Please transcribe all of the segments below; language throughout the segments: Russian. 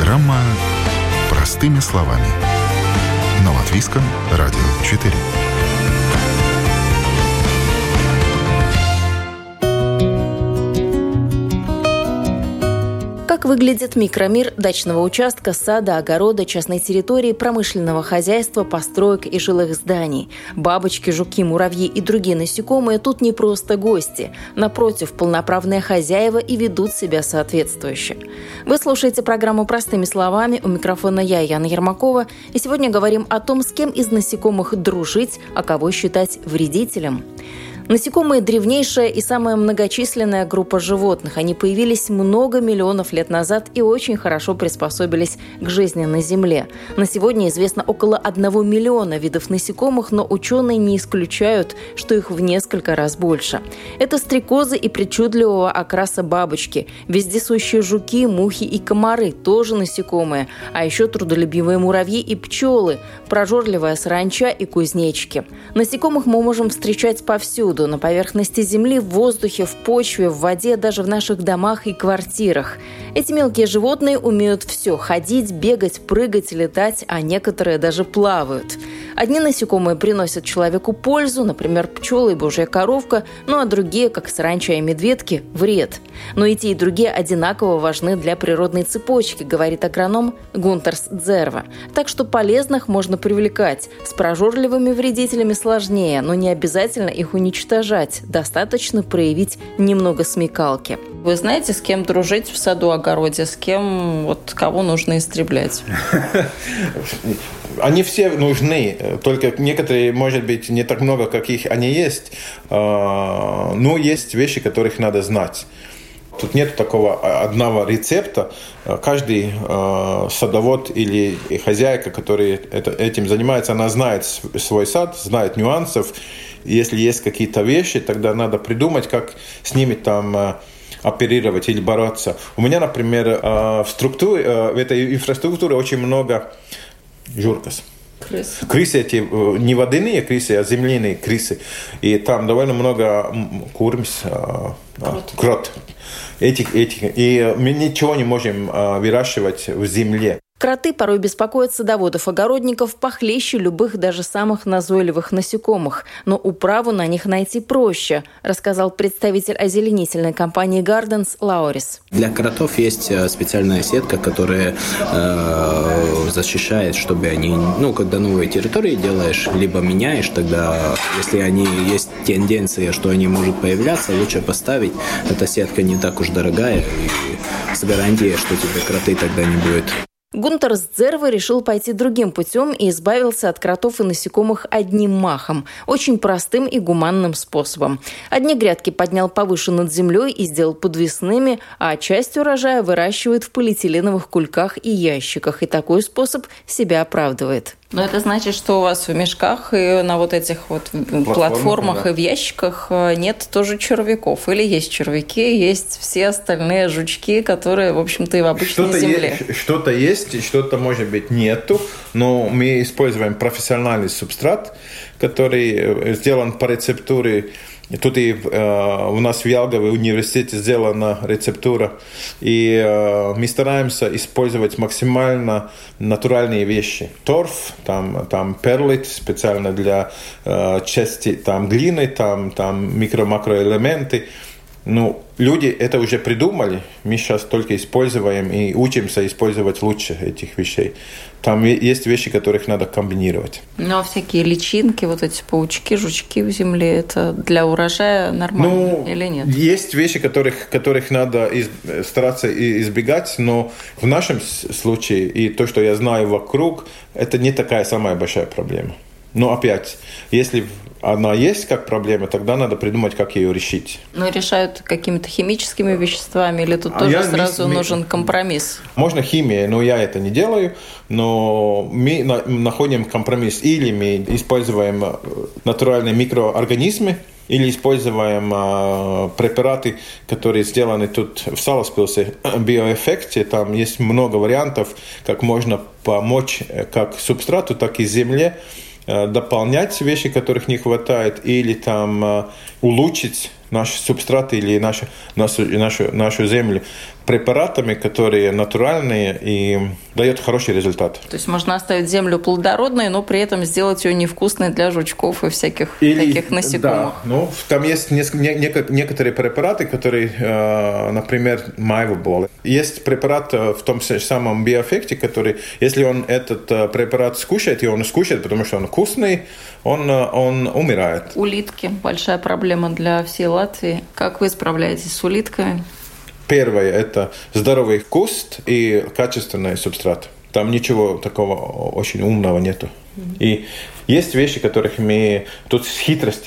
Программа «Простыми словами» на Латвийском радио 4. Как выглядит микромир дачного участка, сада, огорода, частной территории, промышленного хозяйства, построек и жилых зданий? Бабочки, жуки, муравьи и другие насекомые тут не просто гости. Напротив, полноправные хозяева и ведут себя соответствующе. Вы слушаете программу «Простыми словами». У микрофона я, Яна Ермакова. И сегодня говорим о том, с кем из насекомых дружить, а кого считать вредителем. Насекомые – древнейшая и самая многочисленная группа животных. Они появились много миллионов лет назад и очень хорошо приспособились к жизни на Земле. На сегодня известно около 1 миллиона видов насекомых, но ученые не исключают, что их в несколько раз больше. Это стрекозы и причудливого окраса бабочки, вездесущие жуки, мухи и комары – тоже насекомые, а еще трудолюбивые муравьи и пчелы, прожорливая саранча и кузнечики. Насекомых мы можем встречать повсюду. На поверхности земли, в воздухе, в почве, в воде, даже в наших домах и квартирах. Эти мелкие животные умеют все – ходить, бегать, прыгать, летать, а некоторые даже плавают. Одни насекомые приносят человеку пользу, например, пчелы и божья коровка, ну а другие, как саранча и медведки, вред. Но и те, и другие одинаково важны для природной цепочки, говорит агроном Гунтерс Дзерва. Так что полезных можно привлекать. С прожорливыми вредителями сложнее, но не обязательно их уничтожать. Достаточно проявить немного смекалки. Вы знаете, с кем дружить в саду-огороде, с кем, кого нужно истреблять? Они все нужны, только некоторые, может быть, не так много, каких они есть, но есть вещи, которых надо знать. Тут нет такого одного рецепта. Каждый садовод или хозяйка, который этим занимается, она знает свой сад, знает нюансов. Если есть какие-то вещи, тогда надо придумать, как с ними там оперировать или бороться. У меня, например, в этой инфраструктуре очень много журкас. Крысы эти не водяные крысы, а земляные крысы. И там довольно много курмис, крот. И мы ничего не можем выращивать в земле. Кроты порой беспокоят садоводов-огородников похлеще любых, даже самых назойливых насекомых. Но управу на них найти проще, рассказал представитель озеленительной компании Gardens Лаурис. Для кротов есть специальная сетка, которая защищает, чтобы они, когда новые территории делаешь, либо меняешь, тогда, если они есть тенденция, что они могут появляться, лучше поставить. Эта сетка не так уж дорогая, и с гарантией, что тебе кроты тогда не будет. Гунтерс Дзерва решил пойти другим путем и избавился от кротов и насекомых одним махом, очень простым и гуманным способом. Одни грядки поднял повыше над землей и сделал подвесными, а часть урожая выращивает в полиэтиленовых кульках и ящиках, и такой способ себя оправдывает. Но это значит, что у вас в мешках и на этих платформах, да, и в ящиках нет тоже червяков. Или есть червяки, есть все остальные жучки, которые, в общем-то, и в обычной земле. Что-то есть, что-то, может быть, нету. Но мы используем профессиональный субстрат, который сделан по рецептуре. Тут и у нас в Ялгове университете сделана рецептура. И мы стараемся использовать максимально натуральные вещи. Торф, там перлит специально для части глины, там микро-макроэлементы. Люди это уже придумали, мы сейчас только используем и учимся использовать лучше этих вещей. Там есть вещи, которых надо комбинировать. А всякие личинки, эти паучки, жучки в земле, это для урожая нормально или нет? Есть вещи, которых надо стараться избегать, но в нашем случае, и то, что я знаю вокруг, это не такая самая большая проблема. Но опять, если она есть как проблема, тогда надо придумать, как ее решить. Но решают какими-то химическими веществами, или тут тоже сразу нужен компромисс? Можно химия, но я это не делаю. Но мы находим компромисс. Или мы используем натуральные микроорганизмы, или используем препараты, которые сделаны тут в Salaspilsē, биоэффекте. Там есть много вариантов, как можно помочь как субстрату, так и земле дополнять вещи, которых не хватает, или улучшить наш субстрат или нашу землю. препаратами, которые натуральные и дают хороший результат. То есть можно оставить землю плодородной, но при этом сделать ее невкусной для жучков и всяких насекомых. Да, там есть некоторые препараты, которые, например, майвобол. Есть препарат в том самом биоэффекте, который, если он этот препарат скушает, и он скушает, потому что он вкусный, он умирает. Улитки – большая проблема для всей Латвии. Как вы справляетесь с улитками? Первое – это здоровый вкус и качественный субстрат. Там ничего такого очень умного нету. И есть вещи, которых мы тут хитрость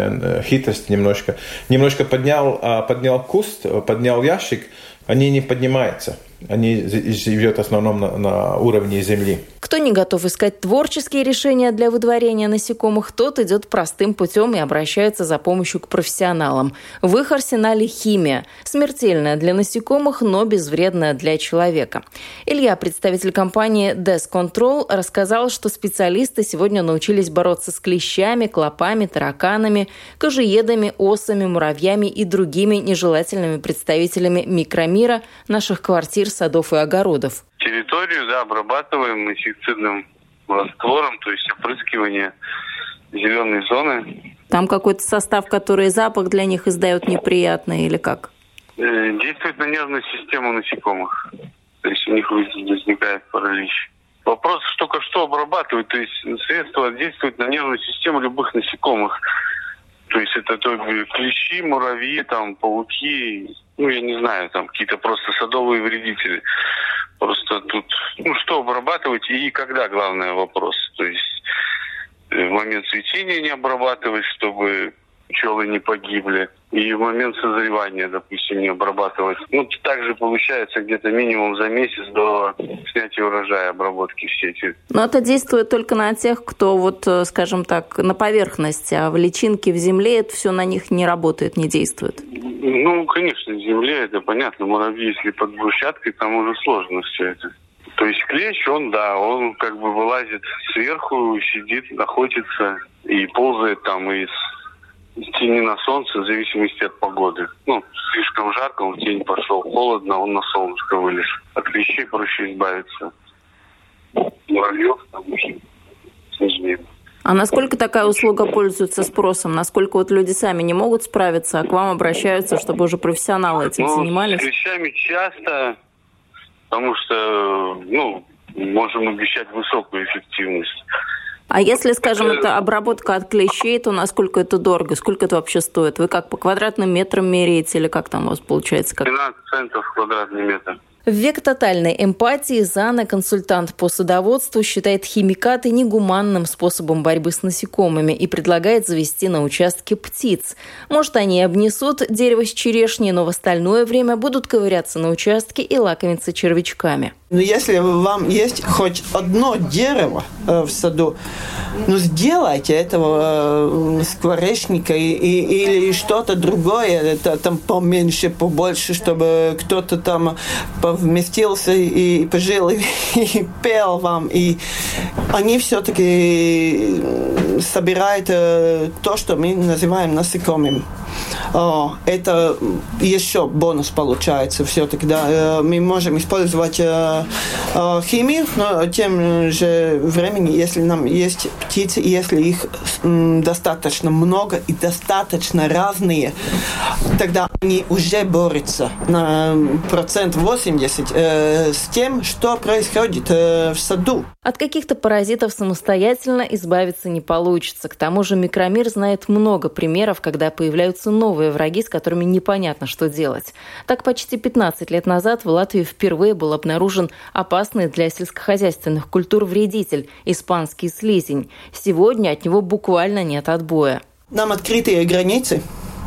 немножко поднял куст, поднял ящик, они не поднимаются. Они живут в основном на уровне земли. Кто не готов искать творческие решения для выдворения насекомых, тот идет простым путем и обращается за помощью к профессионалам. В их арсенале химия. Смертельная для насекомых, но безвредная для человека. Илья, представитель компании Desk Control, рассказал, что специалисты сегодня научились бороться с клещами, клопами, тараканами, кожеедами, осами, муравьями и другими нежелательными представителями микромира наших квартир, садов и огородов. Территорию, обрабатываем инсектицидным раствором, то есть опрыскивание зеленой зоны. Там какой-то состав, который запах для них издает неприятный или как? Действует на нервную систему насекомых. То есть у них возникает паралич. Вопрос только что обрабатывать, то есть средство действует на нервную систему любых насекомых. То есть это клещи, муравьи, пауки, я не знаю, какие-то просто садовые вредители. Просто тут, что обрабатывать и когда, главный вопрос. То есть в момент цветения не обрабатывать, чтобы пчелы не погибли. И в момент созревания, допустим, не обрабатывать. Также получается где-то минимум за месяц до снятия урожая, обработки все эти. Но это действует только на тех, кто, скажем так, на поверхности, а в личинке в земле это все на них не работает, не действует. Конечно, в земле это понятно. Муравьи, если под брусчаткой, там уже сложно все это. То есть клещ, он вылазит сверху, сидит, охотится и ползает из тени на солнце, в зависимости от погоды. Слишком жарко, он в тень пошел, холодно, он на солнышко вылез. От клещей проще избавиться. Муравьев сложнее. А насколько такая услуга пользуется спросом? Насколько люди сами не могут справиться, а к вам обращаются, чтобы уже профессионалы этим занимались? С клещами часто, потому что, можем обещать высокую эффективность. А если, скажем, это обработка от клещей, то насколько это дорого? Сколько это вообще стоит? Вы как, по квадратным метрам меряете или как там у вас получается? 12 центов квадратный метр. В век тотальной эмпатии Зана, консультант по садоводству, считает химикаты негуманным способом борьбы с насекомыми и предлагает завести на участке птиц. Может, они обнесут дерево с черешней, но в остальное время будут ковыряться на участке и лакомиться червячками. Если вам есть хоть одно дерево в саду, сделайте этого скворечника или что-то другое, там поменьше, побольше, чтобы кто-то там вместился и пожил и пел вам. И они все-таки собирают то, что мы называем насекомым. Это еще бонус получается все-таки. Да. Мы можем использовать химию, но тем же времени, если нам есть птицы, если их достаточно много и достаточно разные, тогда они уже борются на 80% с тем, что происходит в саду. От каких-то паразитов самостоятельно избавиться не получится. К тому же микромир знает много примеров, когда появляются новые враги, с которыми непонятно, что делать. Так, почти 15 лет назад в Латвии впервые был обнаружен опасный для сельскохозяйственных культур вредитель – испанский слизень. Сегодня от него буквально нет отбоя. Нам открытые границы.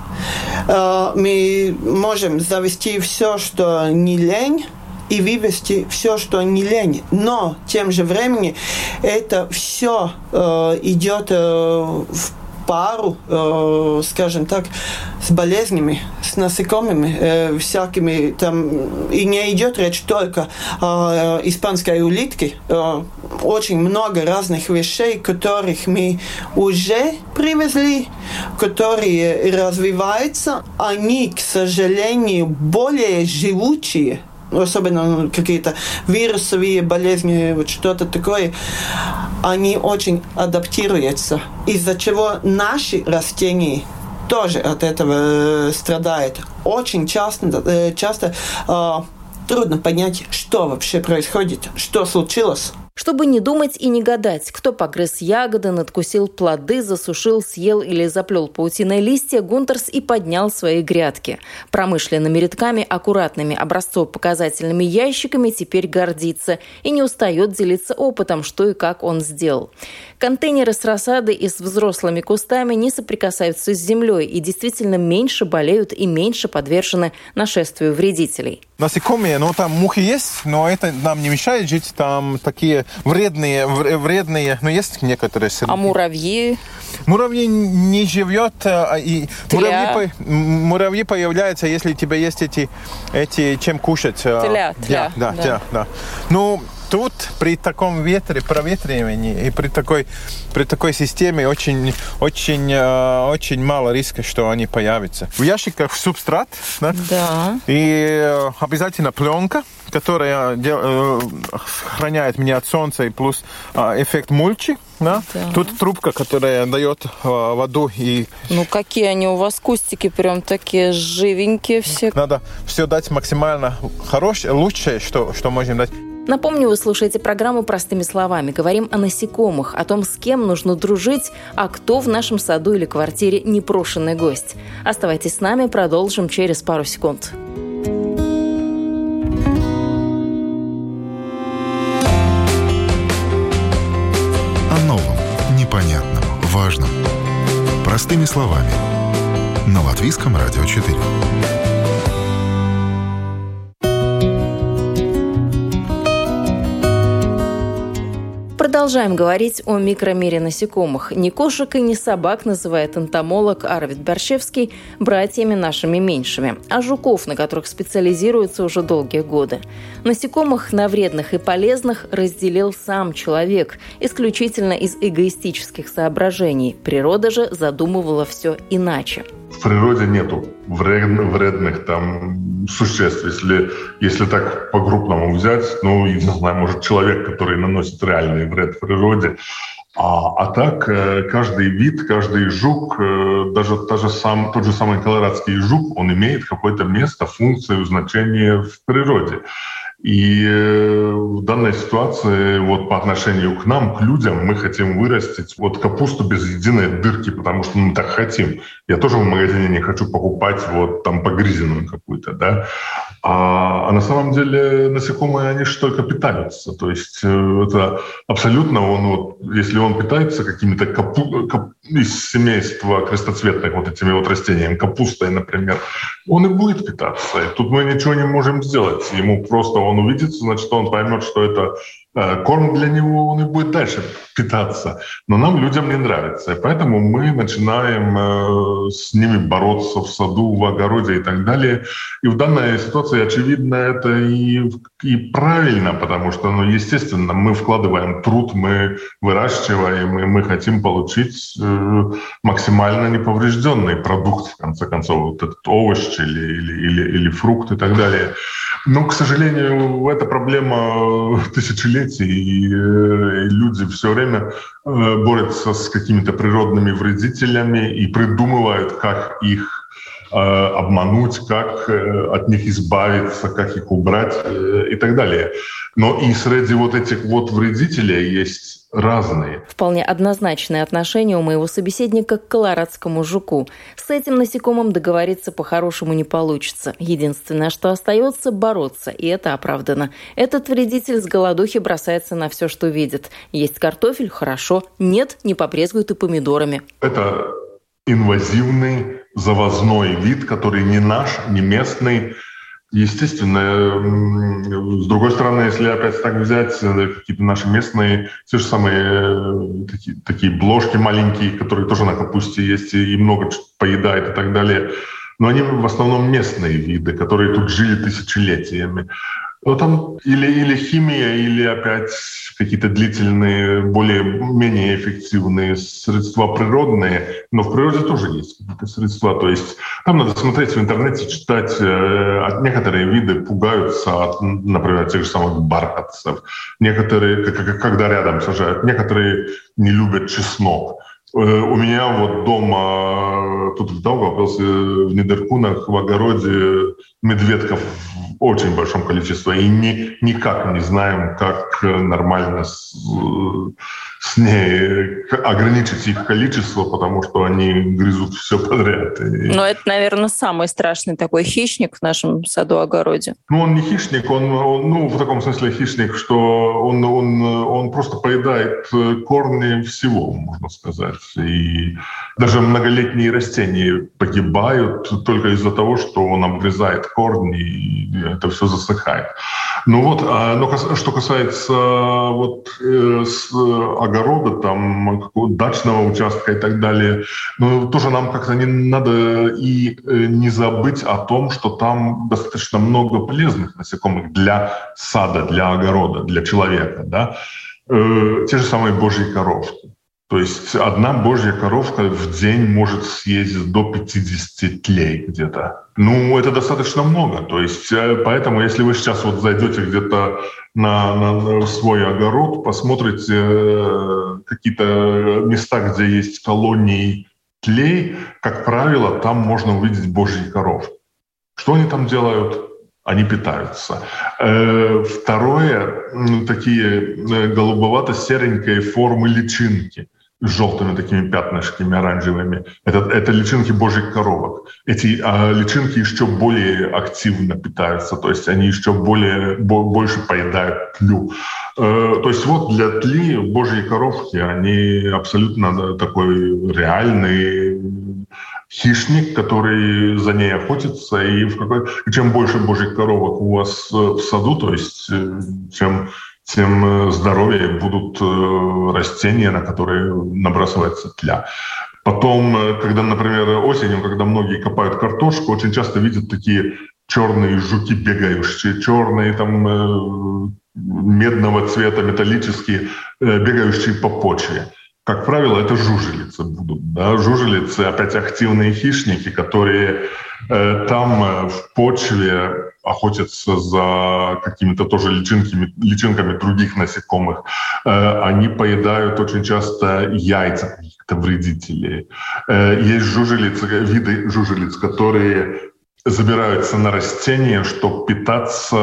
Мы можем завести все, что не лень, и вывести все, что не лень. Но тем же времени это все идет в пару, скажем так, с болезнями, с насекомыми, всякими там. И не идет речь только о испанской улитке. Очень много разных вещей, которых мы уже привезли, которые развиваются, они, к сожалению, более живучие, особенно какие-то вирусовые болезни, вот что-то такое, они очень адаптируются, из-за чего наши растения тоже от этого страдают. Очень часто трудно понять, что вообще происходит, что случилось. Чтобы не думать и не гадать, кто погрыз ягоды, надкусил плоды, засушил, съел или заплел паутиной листья, Гунтерс и поднял свои грядки. Промышленными рядками, аккуратными образцово-показательными ящиками теперь гордится и не устает делиться опытом, что и как он сделал. Контейнеры с рассадой и с взрослыми кустами не соприкасаются с землей и действительно меньше болеют и меньше подвержены нашествию вредителей. Насекомые, там мухи есть, но это нам не мешает жить. Там такие вредные, но есть некоторые. А муравьи? Муравьи не живет, и муравьи появляются, если у тебя есть эти чем кушать. Тля. Да. Ну, тут при таком проветривании и при такой системе очень мало риска, что они появятся. В ящиках субстрат, да. И обязательно пленка, которая охраняет меня от солнца, и плюс эффект мульчи. Да? Да. Тут трубка, которая дает воду. Ну, какие они у вас кустики, прям такие живенькие все. Надо все дать максимально хорошее, лучшее, что можем дать. Напомню, вы слушаете программу «Простыми словами». Говорим о насекомых, о том, с кем нужно дружить, а кто в нашем саду или квартире непрошенный гость. Оставайтесь с нами, продолжим через пару секунд. О новом, непонятном, важном. Простыми словами. На Латвийском радио 4. Продолжаем говорить о микромире насекомых. Ни кошек и ни собак называет энтомолог Арвид Борщевский братьями нашими меньшими, а жуков, на которых специализируется уже долгие годы. Насекомых на вредных и полезных разделил сам человек, исключительно из эгоистических соображений. Природа же задумывала все иначе. В природе нету вредных там существ, если так по-крупному взять. Ну, не знаю, может, человек, который наносит реальный вред в природе. А так каждый вид, каждый жук, даже тот же самый колорадский жук, он имеет какое-то место, функцию, значение в природе. И в данной ситуации вот по отношению к нам, к людям, мы хотим вырастить вот капусту без единой дырки, потому что мы так хотим. Я тоже в магазине не хочу покупать вот там погрызенную какую-то, да. А на самом деле насекомые, они же только питаются. То есть это абсолютно если он питается какими-то из семейства крестоцветных вот этими вот растениями, капустой, например, он и будет питаться. И тут мы ничего не можем сделать. Ему просто он увидится, значит, он поймет, что это корм для него, он и будет дальше питаться. Но нам, людям, не нравится. И поэтому мы начинаем с ними бороться в саду, в огороде и так далее. И в данной ситуации, очевидно, это и правильно, потому что, естественно, мы вкладываем труд, мы выращиваем, и мы хотим получить максимально неповрежденный продукт, в конце концов, вот этот овощ или фрукт и так далее. Но, к сожалению, эта проблема тысячелетий, и люди все время борются с какими-то природными вредителями и придумывают, как их обмануть, как от них избавиться, как их убрать и так далее. Но и среди вот этих вот вредителей есть разные. Вполне однозначное отношение у моего собеседника к колорадскому жуку. С этим насекомым договориться по-хорошему не получится. Единственное, что остается – бороться, и это оправдано. Этот вредитель с голодухи бросается на все, что видит. Есть картофель – хорошо, нет – не побрезгуют и помидорами. Это инвазивный, завозной вид, который не наш, не местный. Естественно, с другой стороны, если опять так взять какие-то наши местные, те же самые такие бложки маленькие, которые тоже на капусте есть и много поедают и так далее, но они в основном местные виды, которые тут жили тысячелетиями. Но там или химия, или опять какие-то длительные, более-менее эффективные средства природные. Но в природе тоже есть какие-то средства. То есть там надо смотреть в интернете, читать. Некоторые виды пугаются от, например, тех же самых бархатцев. Некоторые, когда рядом сажают. Некоторые не любят чеснок. У меня вот дома, тут в Даугавпилсе, в Нидеркунах, в огороде медведков в очень большом количестве. И никак не знаем, как нормально с ней ограничить их количество, потому что они грызут все подряд. Но это, наверное, самый страшный такой хищник в нашем саду-огороде. Ну, он не хищник, он в таком смысле хищник, что он просто поедает корни всего, можно сказать. И даже многолетние растения погибают только из-за того, что он обгрызает корни, и это все засыхает. Ну вот, но что касается огорода, там, дачного участка и так далее, ну, тоже нам как-то не надо и не забыть о том, что там достаточно много полезных насекомых для сада, для огорода, для человека, да. Те же самые божьи коровки. То есть одна божья коровка в день может съесть до 50 тлей где-то. Ну, это достаточно много. То есть поэтому, если вы сейчас вот зайдете где-то на свой огород, посмотрите какие-то места, где есть колонии тлей, как правило, там можно увидеть божьи коровки. Что они там делают? Они питаются. Второе, такие голубовато-серенькие формы личинки с желтыми такими пятнышками оранжевыми. Это личинки божьих коровок. Эти личинки еще более активно питаются, то есть они еще больше поедают тлю. То есть вот для тли божьи коровки, они абсолютно такой реальный хищник, который за ней охотится. И чем больше божьих коровок у вас в саду, то есть тем здоровее будут растения, на которые набрасывается тля. Потом, когда, например, осенью, когда многие копают картошку, очень часто видят такие черные жуки бегающие, черные там медного цвета, металлические, бегающие по почве. Как правило, это жужелицы будут. Да? Жужелицы, опять активные хищники, которые там в почве охотятся за какими-то тоже личинками других насекомых. Они поедают очень часто яйца каких-то вредителей. Есть жужелицы, виды жужелиц, которые забираются на растения, чтобы питаться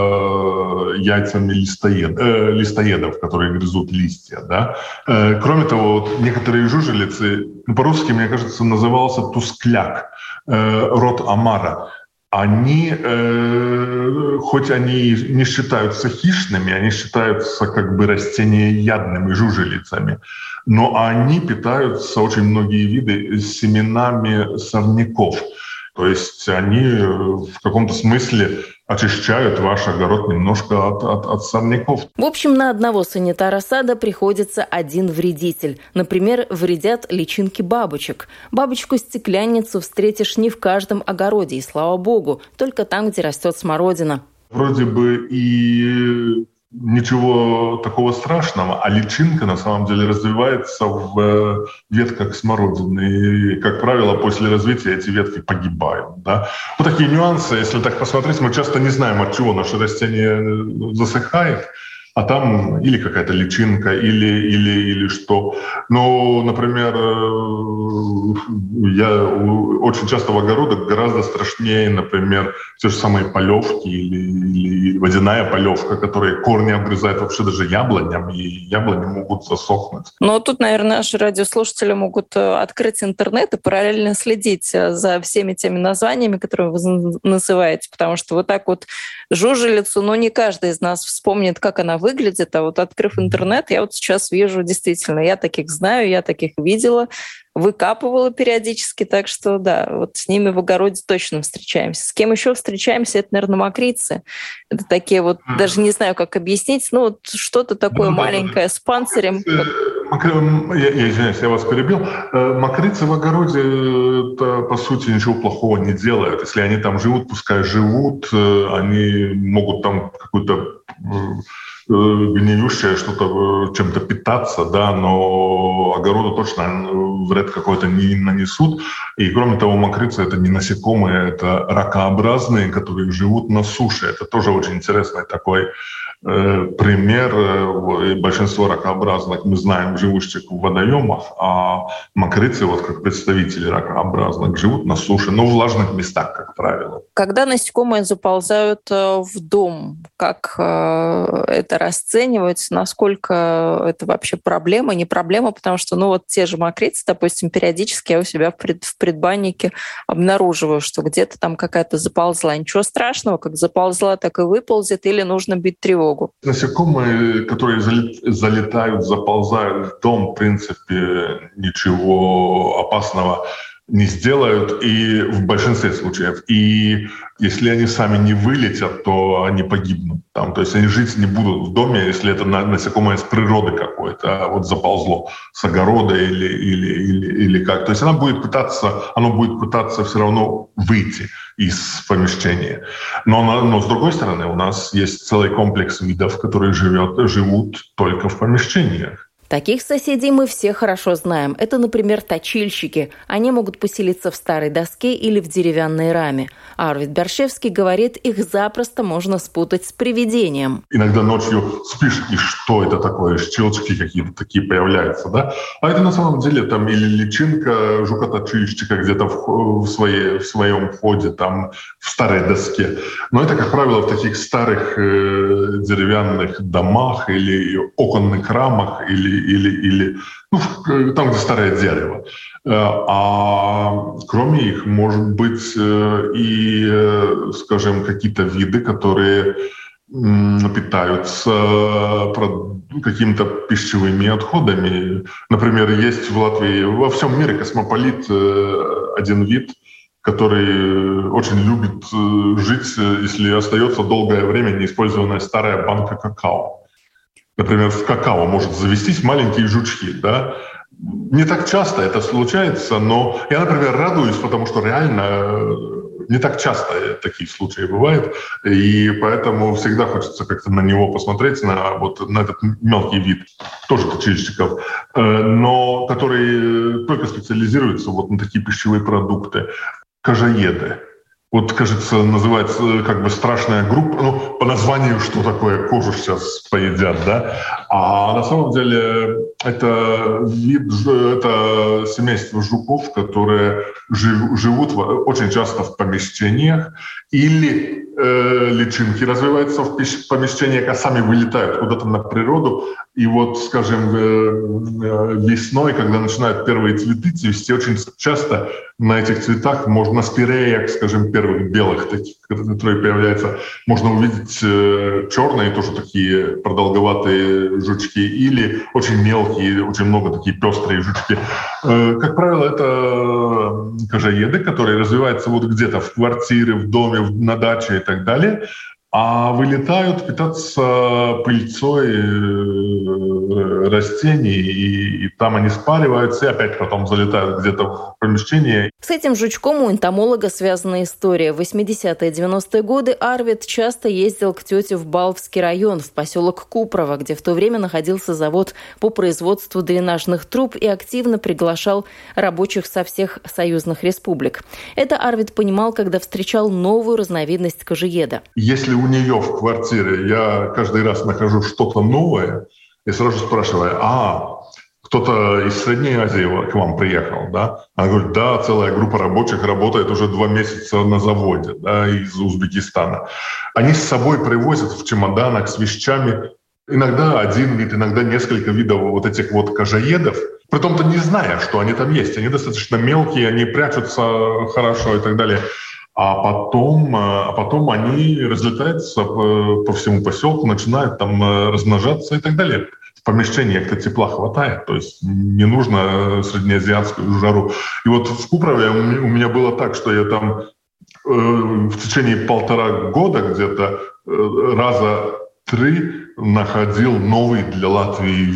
яйцами листоедов, которые грызут листья. Да? Кроме того, вот некоторые жужелицы, по-русски, мне кажется, назывался тускляк, род омара. Они, хоть они не считаются хищными, они считаются как бы растениеядными жужелицами, но они питаются, очень многие виды, семенами сорняков. То есть они в каком-то смысле очищают ваш огород немножко от сорняков. В общем, на одного санитара сада приходится один вредитель. Например, вредят личинки бабочек. Бабочку-стеклянницу встретишь не в каждом огороде, и слава богу, только там, где растет смородина. Вроде бы и ничего такого страшного, а личинка на самом деле развивается в ветках смородины. И, как правило, после развития эти ветки погибают. Да? Вот такие нюансы, если так посмотреть, мы часто не знаем, от чего наше растение засыхает, а там или какая-то личинка, или что. Ну, например, я очень часто в огородах гораздо страшнее, например, те же самые полевки или водяная полевка, которые корни обгрызают вообще даже яблоням, и яблони могут засохнуть. Но тут, наверное, наши радиослушатели могут открыть интернет и параллельно следить за всеми теми названиями, которые вы называете, потому что вот так вот жужелицу, не каждый из нас вспомнит, как она выглядит, а вот открыв интернет, я вот сейчас вижу, действительно, я таких знаю, я таких видела, выкапывала периодически, так что да, вот с ними в огороде точно встречаемся. С кем еще встречаемся, это, наверное, мокрицы. Это такие вот, даже не знаю, как объяснить, вот что-то такое маленькое с панцирем. Я извиняюсь, я вас перебил. Мокрицы в огороде, по сути, ничего плохого не делают. Если они там живут, пускай живут, они могут там какую-то гниющее что-то, чем-то питаться, да, но огороду точно вред какой-то не нанесут. И кроме того, мокрицы — это не насекомые, это ракообразные, которые живут на суше. Это тоже очень интересный такой пример. Большинство ракообразных мы знаем, живущих в водоемах, а мокрицы, вот как представители ракообразных, живут на суше, но в влажных местах, как правило. Когда насекомые заползают в дом, как это расценивается, насколько это вообще проблема, не проблема, потому что, ну вот те же мокрицы, допустим, периодически я у себя в предбаннике обнаруживаю, что где-то там какая-то заползла. Ничего страшного, как заползла, так и выползет, или нужно бить тревогу? Насекомые, которые залетают, заползают в дом, в принципе, ничего опасного не сделают, и в большинстве случаев. И если они сами не вылетят, то они погибнут там. То есть они жить не будут в доме, если это насекомое с природы какое-то, а вот заползло с огорода или как. То есть оно будет пытаться все равно выйти из помещения. Но с другой стороны, у нас есть целый комплекс видов, которые живут только в помещениях. Таких соседей мы все хорошо знаем. Это, например, точильщики. Они могут поселиться в старой доске или в деревянной раме. Арвид Бершевский говорит, их запросто можно спутать с привидением. Иногда ночью спишь, и что это такое? Щелчки какие-то такие появляются, да? А это на самом деле там или личинка жука-точильщика где-то в своем входе, там в старой доске. Но это, как правило, в таких старых деревянных домах или оконных рамах, или там, где старое дерево. А кроме их, может быть, и, скажем, какие-то виды, которые питаются какими-то пищевыми отходами. Например, есть в Латвии, во всем мире космополит, один вид, который очень любит жить, если остается долгое время неиспользованная старая банка какао. Например, в какао может завестись маленькие жучки, да. Не так часто это случается, но я, например, радуюсь, потому что реально не так часто такие случаи бывают, и поэтому всегда хочется как-то на него посмотреть, на этот мелкий вид, тоже точильщиков, но которые только специализируются вот на такие пищевые продукты. Кожаеды. Вот, кажется, называется как бы страшная группа. Ну, по названию, что такое кожу сейчас поедят, да? А на самом деле это семейство жуков, которые живут очень часто в помещениях, или личинки развиваются в помещениях, а сами вылетают куда-то на природу. И вот, скажем, весной, когда начинают первые цветы цвести, очень часто на этих цветах на спиреях, скажем, первых белых, таких, которые появляются, можно увидеть черные, тоже такие продолговатые жучки, или очень мелкие, очень много такие пестрые жучки. Как правило, это кожаеды, которые развиваются вот где-то в квартире, в доме, на даче и так далее, а вылетают питаться пыльцой растений, и там они спариваются, и опять потом залетают где-то в помещение. С этим жучком у энтомолога связана история. В 80-е, 90-е годы Арвид часто ездил к тете в Балвский район, в поселок Купрово, где в то время находился завод по производству дренажных труб, и активно приглашал рабочих со всех союзных республик. Это Арвид понимал, когда встречал новую разновидность кожаеда. Если у нее в квартире я каждый раз нахожу что-то новое, и сразу спрашиваю, кто-то из Средней Азии к вам приехал, да? Она говорит, да, целая группа рабочих работает уже 2 месяца на заводе, да, из Узбекистана. Они с собой привозят в чемоданах с вещами иногда один вид, иногда несколько видов вот этих вот кожаедов, притом-то не зная, что они там есть. Они достаточно мелкие, они прячутся хорошо и так далее. А потом они разлетаются по всему поселку, начинают там размножаться и так далее. В помещениях-то тепла хватает, то есть не нужно среднеазиатскую жару. И вот в Купрове у меня было так, что я там в течение 1,5 года где-то раза 3 находил новый для Латвии вид.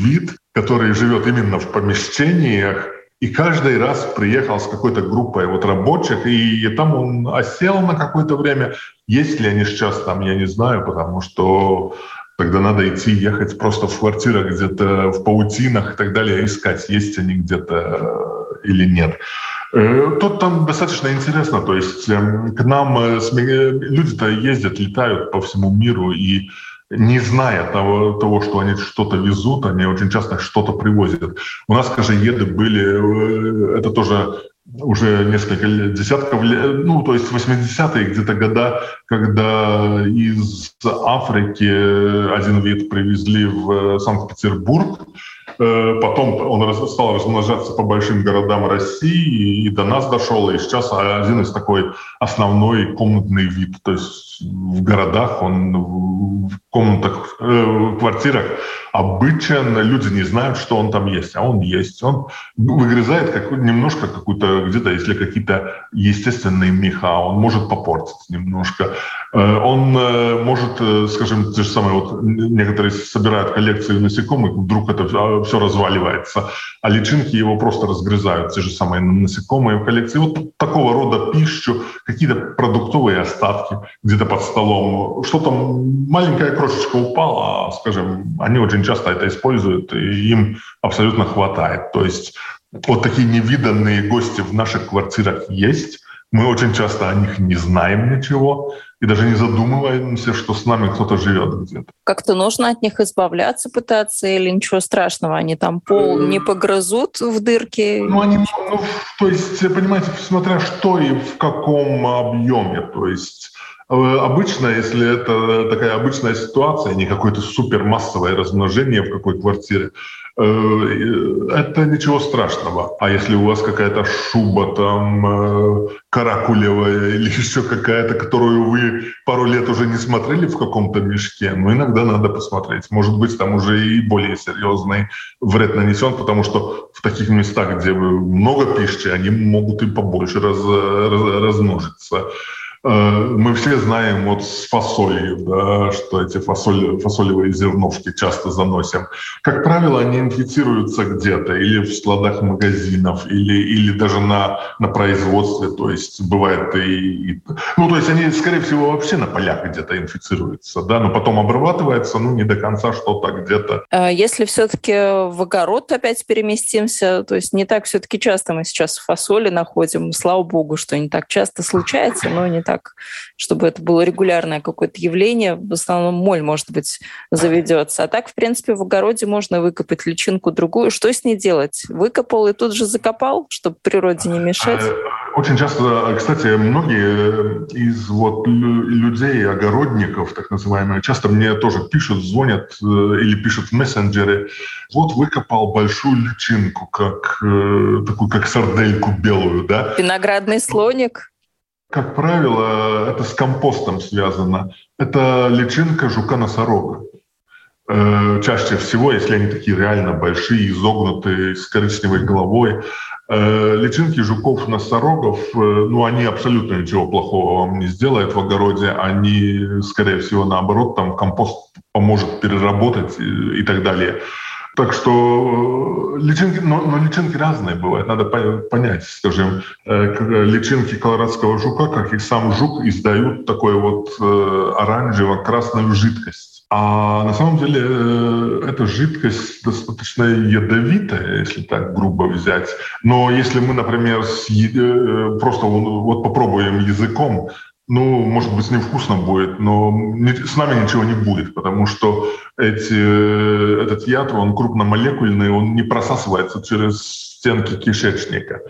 который живет именно в помещениях, и каждый раз приехал с какой-то группой вот рабочих, и там он осел на какое-то время. Есть ли они сейчас там, я не знаю, потому что тогда надо идти, ехать просто в квартирах где-то в паутинах и так далее, искать, есть они где-то или нет. Тут там достаточно интересно, то есть к нам люди-то ездят, летают по всему миру, и не зная того, что они что-то везут, они очень часто что-то привозят. У нас кожаеды были, это тоже уже несколько десятков лет, ну, то есть 80-е где-то года, когда из Африки один вид привезли в Санкт-Петербург, потом он стал размножаться по большим городам России и до нас дошел, и сейчас один из такой основной комнатный вид. То есть в городах он в комнатах, в квартирах обычен, люди не знают, что он там есть, а он есть. Он выгрызает немножко какую-то, где-то, если какие-то естественные меха, он может попортить немножко. Он может, скажем, те же самые, вот некоторые собирают коллекции насекомых, вдруг это все разваливается, а личинки его просто разгрызают, те же самые насекомые в коллекции. Вот такого рода пищу, какие-то продуктовые остатки где-то под столом, что там маленькая крошечка упала, скажем, они очень часто это используют, и им абсолютно хватает. То есть вот такие невиданные гости в наших квартирах есть. Мы очень часто о них не знаем ничего и даже не задумываемся, что с нами кто-то живет где-то. Как-то нужно от них избавляться пытаться или ничего страшного? Они там пол не погрызут в дырки? То есть, понимаете, смотря что и в каком объеме. То есть обычно, если это такая обычная ситуация, не какое-то супермассовое размножение в какой квартире, это ничего страшного. А если у вас какая-то шуба там каракулевая или еще какая-то, которую вы пару лет уже не смотрели в каком-то мешке, ну иногда надо посмотреть. Может быть, там уже и более серьезный вред нанесен, потому что в таких местах, где много пищи, они могут и побольше размножиться. Мы все знаем вот с фасолью, да, что эти фасолевые зерновки часто заносим. Как правило, они инфицируются где-то, или в складах магазинов, или даже на производстве. То есть бывает то есть они, скорее всего, вообще на полях где-то инфицируются, да, но потом обрабатывается, не до конца что-то где-то. Если все-таки в огород опять переместимся, то есть не так все-таки часто мы сейчас фасоли находим, слава богу, что не так часто случается, но не так, чтобы это было регулярное какое-то явление. В основном моль, может быть, заведется. А так, в принципе, в огороде можно выкопать личинку другую. Что с ней делать? Выкопал и тут же закопал, чтобы природе не мешать? Очень часто, кстати, многие из людей, огородников, так называемые, часто мне тоже пишут, звонят или пишут в мессенджере: вот выкопал большую личинку, такую как сардельку белую, да? Виноградный слоник? Как правило, это с компостом связано. Это личинка жука-носорога. Чаще всего, если они такие реально большие, изогнутые, с коричневой головой. Личинки жуков-носорогов, они абсолютно ничего плохого вам не сделают в огороде. Они, скорее всего, наоборот, там компост поможет переработать и так далее. Так что личинки, но личинки разные бывают. Надо понять, скажем, личинки колорадского жука, как и сам жук, издают такую вот оранжево-красную жидкость. А на самом деле эта жидкость достаточно ядовитая, если так грубо взять. Но если мы, например, просто попробуем языком, может быть, невкусно будет, но с нами ничего не будет, потому что этот яд, он крупномолекульный, он не просасывается через стенки кишечника.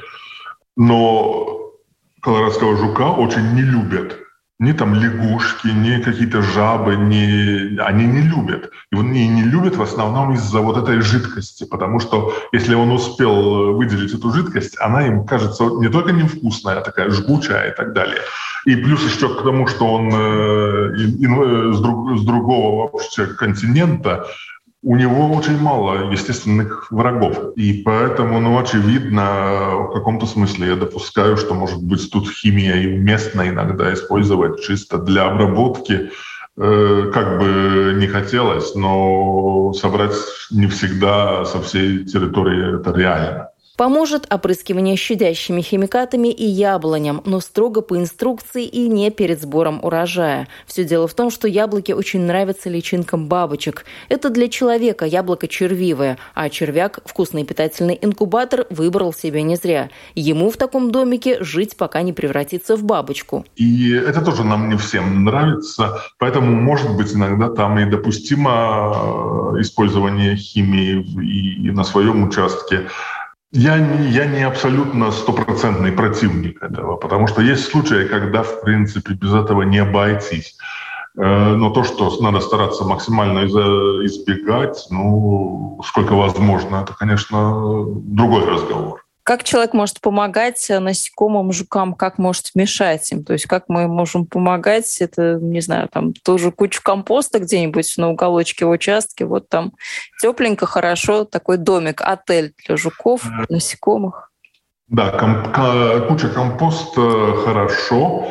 Но колорадского жука очень не любят. Ни там лягушки, ни какие-то жабы, они не любят. И они не любят в основном из-за вот этой жидкости, потому что если он успел выделить эту жидкость, она им кажется не только невкусная, а такая жгучая и так далее. И плюс еще к тому, что он с другого вообще континента, у него очень мало естественных врагов. И поэтому, очевидно, в каком-то смысле я допускаю, что, может быть, тут химия и уместно иногда использовать чисто для обработки как бы не хотелось, но собрать не всегда со всей территории это реально. Поможет опрыскивание щадящими химикатами и яблоням, но строго по инструкции и не перед сбором урожая. Все дело в том, что яблоки очень нравятся личинкам бабочек. Это для человека яблоко червивое, а червяк, вкусный питательный инкубатор, выбрал себе не зря. Ему в таком домике жить, пока не превратится в бабочку. И это тоже нам не всем нравится, поэтому, может быть, иногда там и допустимо использование химии и на своем участке. Я не абсолютно стопроцентный противник этого, потому что есть случаи, когда, в принципе, без этого не обойтись. Но то, что надо стараться максимально избегать, сколько возможно, это, конечно, другой разговор. Как человек может помогать насекомым, жукам, как может мешать им? То есть как мы можем помогать? Это, не знаю, там тоже кучу компоста где-нибудь на уголочке в участке. Вот там тепленько, хорошо, такой домик, отель для жуков, насекомых. Да, куча компоста хорошо.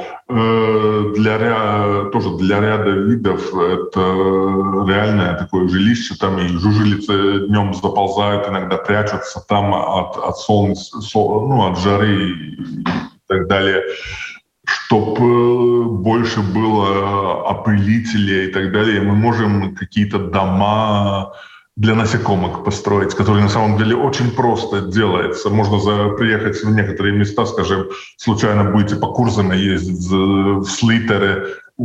Тоже для ряда видов это реальное такое жилище. Там и жужелицы днем заползают, иногда прячутся там от солнца, от жары и так далее. Чтобы больше было опылителей и так далее, мы можем какие-то дома для насекомых построить, которые на самом деле очень просто делается. Можно приехать в некоторые места, скажем, случайно будете по Курзаме ездить в Слитере,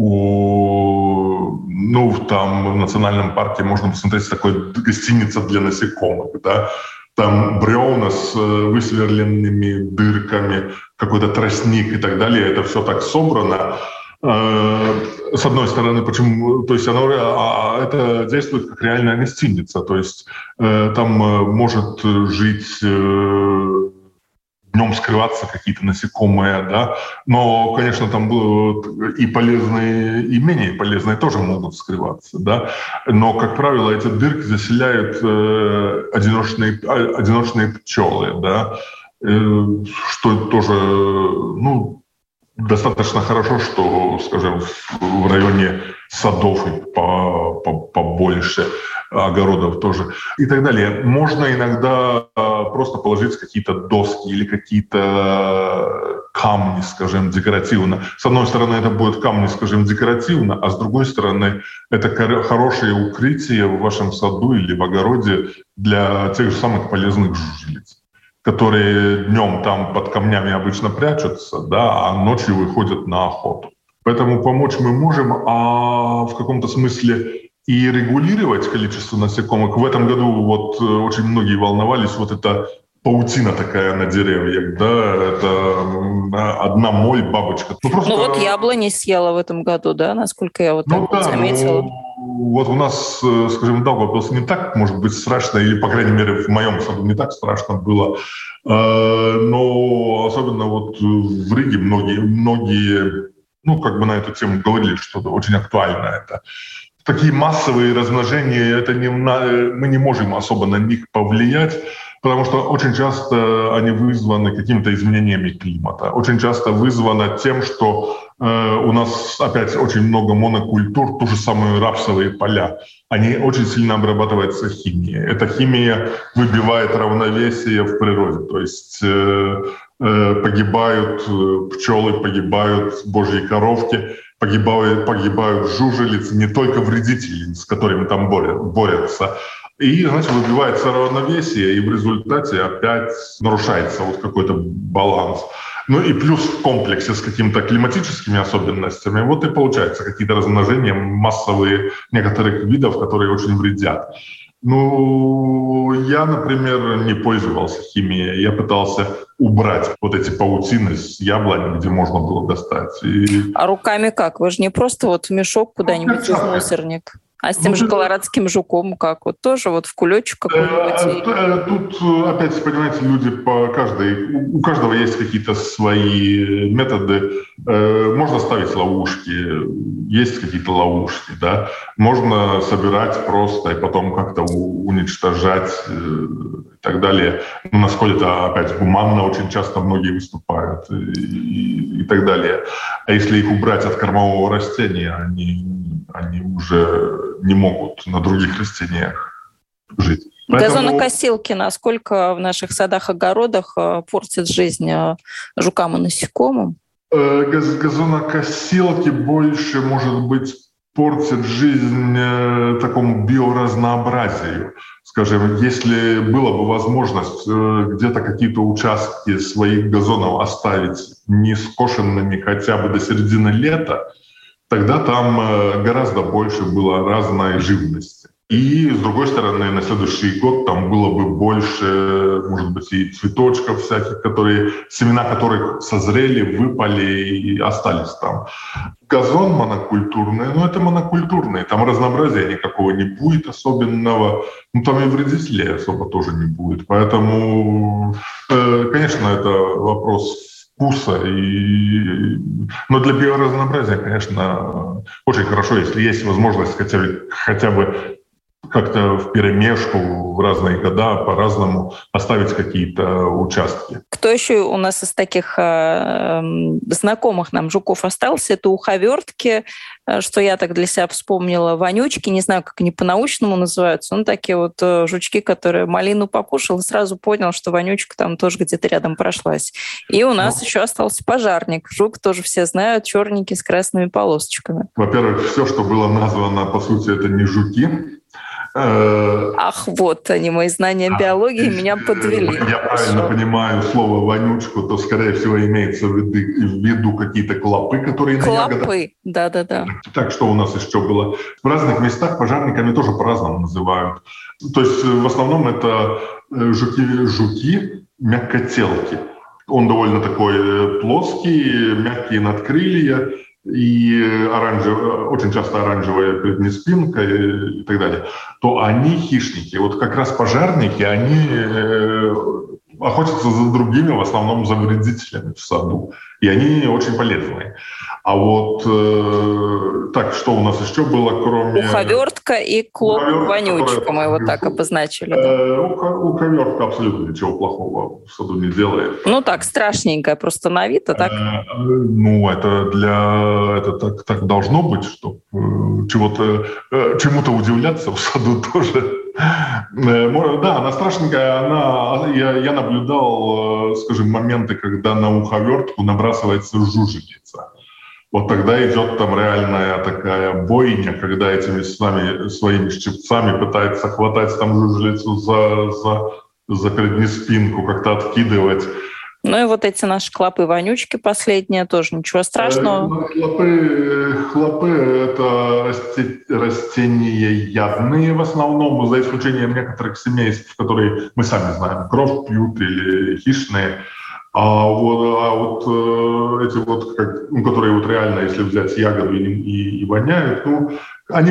там в национальном парке можно посмотреть такой гостиница для насекомых, да. Там бревна с высверленными дырками, какой-то тростник и так далее. Это все так собрано. С одной стороны, почему? То есть это действует как реальная гостиница. То есть там может жить, днем скрываться какие-то насекомые, да. Но, конечно, там и полезные, и менее полезные тоже могут скрываться, да. Но, как правило, эти дырки заселяют одиночные пчелы, да. Что тоже, достаточно хорошо, что, скажем, в районе садов и побольше, огородов тоже и так далее. Можно иногда просто положить какие-то доски или какие-то камни, скажем, декоративно. С одной стороны, это будут камни, скажем, декоративно, а с другой стороны, это хорошее укрытие в вашем саду или в огороде для тех же самых полезных жужелиц, которые днем там под камнями обычно прячутся, да, а ночью выходят на охоту. Поэтому помочь мы можем, а в каком-то смысле и регулировать количество насекомых. В этом году очень многие волновались, эта паутина такая на деревьях, да, это одна моль, бабочка. Яблони съела в этом году, да, насколько я заметила. У нас, скажем, Даугавпилсе не так, может быть, страшно, или, по крайней мере, в моем саду не так страшно было. Но особенно в Риге многие на эту тему говорили, что очень актуально это. Такие массовые размножения, мы не можем особо на них повлиять, потому что очень часто они вызваны какими-то изменениями климата. Очень часто вызвано тем, что у нас опять очень много монокультур, ту же самую рапсовые поля. Они очень сильно обрабатываются химией. Эта химия выбивает равновесие в природе. То есть погибают пчелы, погибают божьи коровки, погибают жужелицы, не только вредители, с которыми там борются. И, выбивается равновесие, и в результате опять нарушается какой-то баланс. И плюс в комплексе с какими-то климатическими особенностями, и получается какие-то размножения массовые некоторых видов, которые очень вредят. Я, например, не пользовался химией. Я пытался убрать эти паутины с яблонь, где можно было достать. А руками как? Вы же не просто в мешок куда-нибудь в мусорник. А с тем же колорадским жуком как? Тоже в кулечек какой-нибудь? Тут опять, понимаете, люди у каждого есть какие-то свои методы. Можно ставить ловушки, есть какие-то ловушки, да. Можно собирать просто и потом как-то уничтожать и так далее. Насколько это опять гуманно очень часто многие выступают и так далее. А если их убрать от кормового растения, они они уже не могут на других растениях жить. Газонокосилки насколько в наших садах-огородах портят жизнь жукам и насекомым? Газонокосилки больше, может быть, портят жизнь такому биоразнообразию. Скажем, если была бы возможность где-то какие-то участки своих газонов оставить не скошенными хотя бы до середины лета, тогда там гораздо больше было разной живности. И, с другой стороны, на следующий год там было бы больше, может быть, и цветочков всяких, семена которых созрели, выпали и остались там. Газон монокультурный, это монокультурный, там разнообразия никакого не будет особенного, там и вредителей особо тоже не будет. Поэтому, конечно, это вопрос вкуса. Но для биоразнообразия, конечно, очень хорошо, если есть возможность хотя бы как-то вперемешку в разные года по-разному поставить какие-то участки. Кто еще у нас из таких знакомых нам жуков остался? Это уховертки, что я так для себя вспомнила, вонючки, не знаю, как они по-научному называются, такие вот жучки, которые малину покушал и сразу понял, что вонючка там тоже где-то рядом прошлась. И у нас еще остался пожарник. Жук тоже все знают, черненький с красными полосочками. Во-первых, все, что было названо, по сути, это не жуки. Ах, вот они, мои знания биологии меня подвели. Я правильно понимаю слово «вонючку», то, скорее всего, имеется в виду какие-то клопы, которые на ягодах. Клопы, да-да-да. Так, что у нас еще было? В разных местах пожарниками тоже по-разному называют. То есть, в основном, это жуки мягкотелки. Он довольно такой плоский, мягкие надкрылья, и очень часто оранжевая передняя спинка и так далее, то они хищники. Вот как раз пожарники, они охотятся за другими, в основном за вредителями в саду. И они очень полезные. А вот так, что у нас еще было, кроме... Уховертка и клоп-вонючка, мы его так обозначили. Да? Уховертка абсолютно ничего плохого в саду не делает. Так, страшненькая, просто на вид, а так... Это так должно быть, чтобы чему-то удивляться в саду тоже. Да, она страшненькая. Я наблюдал, скажем, моменты, когда на уховертку набрасывается жужелица. Вот тогда идет там реальная такая бойня, когда этими своими щипцами пытается хватать там жужелицу за переднюю спинку, как-то откидывать. И вот эти наши клопы-вонючки последние, тоже ничего страшного. Хлопы — это растения ядные в основном, за исключением некоторых семейств, которые мы сами знаем, кровь пьют или хищные. А вот эти которые реально, если взять ягоду и воняют, они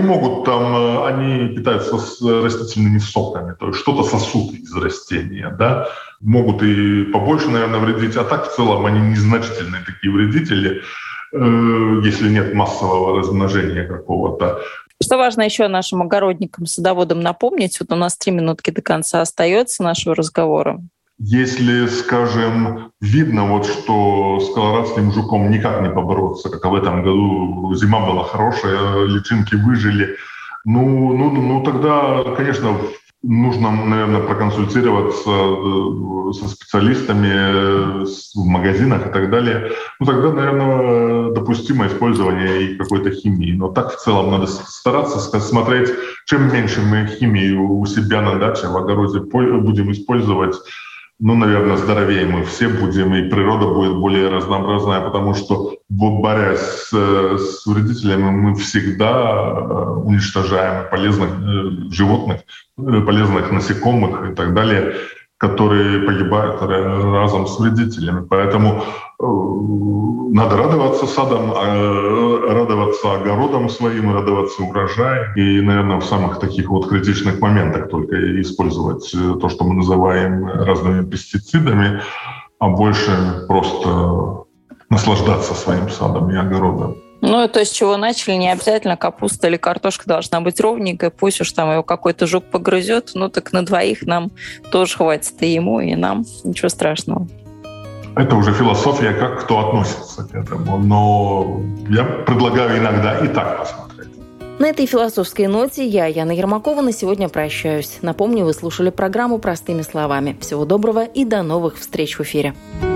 питаются растительными соками, то есть что-то сосут из растения, да, могут и побольше, наверное, вредить, а так в целом они незначительные такие вредители, если нет массового размножения какого-то. Что важно еще нашим огородникам, садоводам напомнить, вот у нас 3 минутки до конца остается нашего разговора. Если, скажем, видно, что с колорадским жуком никак не побороться, как в этом году зима была хорошая, личинки выжили, тогда, конечно, нужно, наверное, проконсультироваться со специалистами в магазинах и так далее. Тогда, наверное, допустимо использование и какой-то химии. Но так в целом надо стараться смотреть, чем меньше мы химии у себя на даче, в огороде будем использовать, наверное, здоровее мы все будем, и природа будет более разнообразная, потому что, борясь с вредителями, мы всегда уничтожаем полезных животных, полезных насекомых и так далее, которые погибают разом с вредителями. Поэтому надо радоваться садам, радоваться огородам своим, радоваться урожаю. И, наверное, в самых таких критичных моментах только использовать то, что мы называем разными пестицидами, а больше просто наслаждаться своим садом и огородом. То, с чего начали, не обязательно капуста или картошка должна быть ровненькая, пусть уж там его какой-то жук погрызет, так на двоих нам тоже хватит и ему, и нам, ничего страшного. Это уже философия, как кто относится к этому, но я предлагаю иногда и так посмотреть. На этой философской ноте я, Яна Ермакова, на сегодня прощаюсь. Напомню, вы слушали программу «Простыми словами». Всего доброго и до новых встреч в эфире.